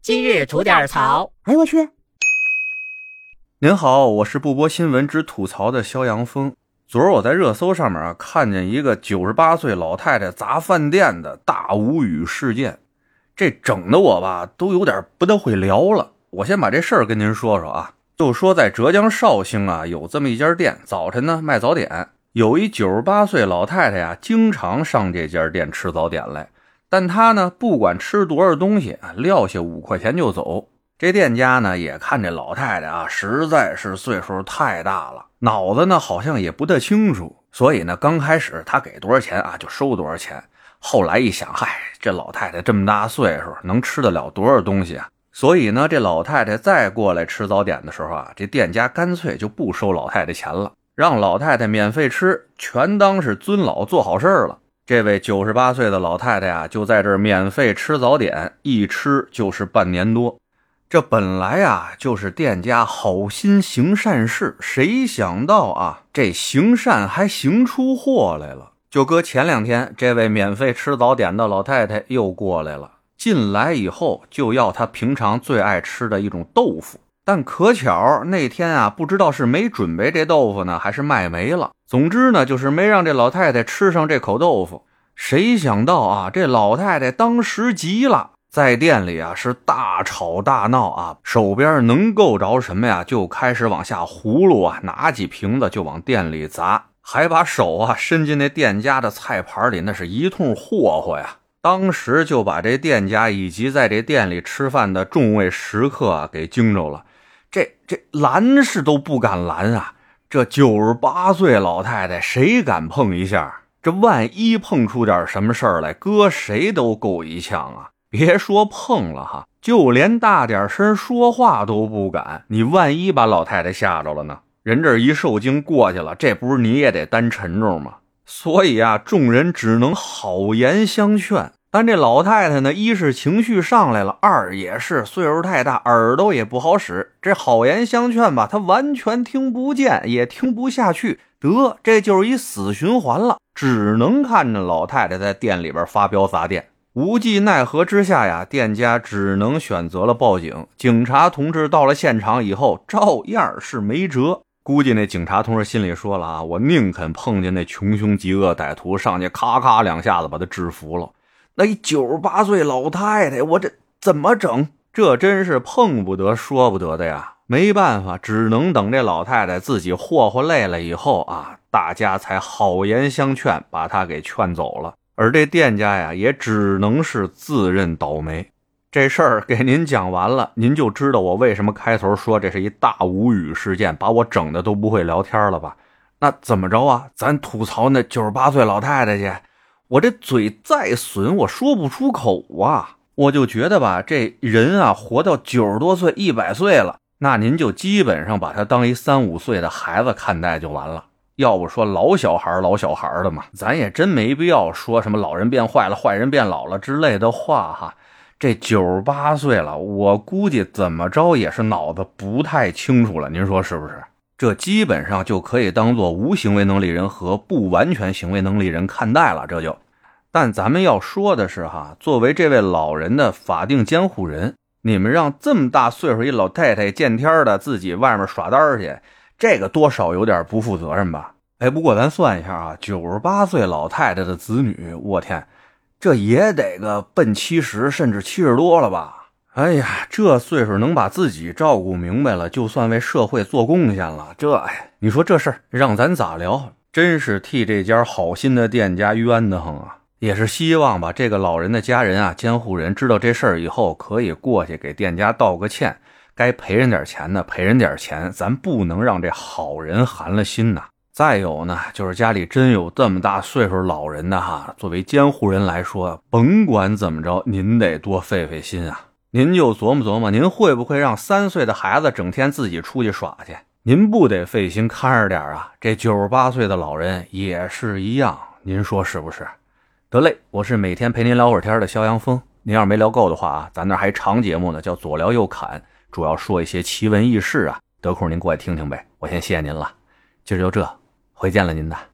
今日吐点槽。 哎呦我去！ 您好，我是不播新闻只吐槽的肖阳峰。昨儿我在热搜上面看见一个98岁老太太砸饭店的大无语事件，这整的我吧都有点不大会聊了。我先把这事儿跟您说说啊，就说在浙江绍兴啊有这么一家店，早晨呢卖早点，有一98岁老太太呀，经常上这家店吃早点来，但她呢不管吃多少东西啊，撂下5块钱就走。这店家呢也看这老太太啊实在是岁数太大了，脑子呢好像也不太清楚，所以呢刚开始他给多少钱啊就收多少钱。后来一想，嗨，这老太太这么大岁数能吃得了多少东西啊，所以呢这老太太再过来吃早点的时候啊，这店家干脆就不收老太太钱了，让老太太免费吃，全当是尊老做好事了。这位98岁的老太太啊就在这儿免费吃早点，一吃就是半年多。这本来啊就是店家好心行善事，谁想到啊这行善还行出祸来了。就搁前2天，这位免费吃早点的老太太又过来了，进来以后就要她平常最爱吃的一种豆腐，但可巧那天啊不知道是没准备这豆腐呢还是卖没了，总之呢就是没让这老太太吃上这口豆腐。谁想到啊这老太太当时急了，在店里啊是大吵大闹啊，手边能够着什么呀就开始往下葫芦啊，拿起瓶子就往店里砸，还把手啊伸进那店家的菜盘里，那是一通霍霍呀。当时就把这店家以及在这店里吃饭的众位食客啊给惊着了，这拦是都不敢拦啊，这98岁老太太谁敢碰一下？这万一碰出点什么事儿来，搁谁都够一呛啊。别说碰了哈，就连大点声说话都不敢，你万一把老太太吓着了呢？人这一受惊过去了，这不是你也得担沉重吗？所以啊，众人只能好言相劝。但这老太太呢，一是情绪上来了，二也是岁数太大，耳朵也不好使，这好言相劝吧，她完全听不见，也听不下去，得，这就是一死循环了，只能看着老太太在店里边发飙砸店。无计奈何之下呀，店家只能选择了报警。警察同志到了现场以后，照样是没辙。估计那警察同志心里说了啊，我宁肯碰见那穷凶极恶歹徒，上去咔咔2下子把他制服了。那一98岁老太太，我这怎么整？这真是碰不得说不得的呀。没办法，只能等这老太太自己霍霍累了以后啊，大家才好言相劝，把她给劝走了。而这店家呀也只能是自认倒霉。这事儿给您讲完了，您就知道我为什么开头说这是一大无语事件，把我整的都不会聊天了吧。那怎么着啊，咱吐槽那98岁老太太去，我这嘴再损我说不出口啊。我就觉得吧，这人啊活到90多岁100岁了，那您就基本上把他当一3、5岁的孩子看待就完了。要不说老小孩的嘛，咱也真没必要说什么老人变坏了，坏人变老了之类的话哈。这98岁了，我估计怎么着也是脑子不太清楚了，您说是不是？这基本上就可以当做无行为能力人和不完全行为能力人看待了，这就。但咱们要说的是哈，作为这位老人的法定监护人，你们让这么大岁数一老太太见天的自己外面耍单去，这个多少有点不负责任吧。哎，不过咱算一下啊，98岁老太太的子女，我天，这也得个奔70甚至70多了吧。哎呀，这岁数能把自己照顾明白了，就算为社会做贡献了。你说这事儿让咱咋聊？真是替这家好心的店家冤得很啊。也是希望吧，这个老人的家人啊，监护人知道这事儿以后，可以过去给店家道个歉，该赔人点钱呢赔人点钱，咱不能让这好人寒了心呐。再有呢，就是家里真有这么大岁数老人的哈，作为监护人来说，甭管怎么着，您得多费费心啊。您就琢磨琢磨，您会不会让3岁的孩子整天自己出去耍去？您不得费心看着点啊。这98岁的老人也是一样，您说是不是？得嘞，我是每天陪您聊会儿天的肖阳峰。您要是没聊够的话啊，咱那还长节目呢，叫左聊右侃，主要说一些奇闻异事啊，得空您过来听听呗。我先谢谢您了，今儿就这，回见了您的。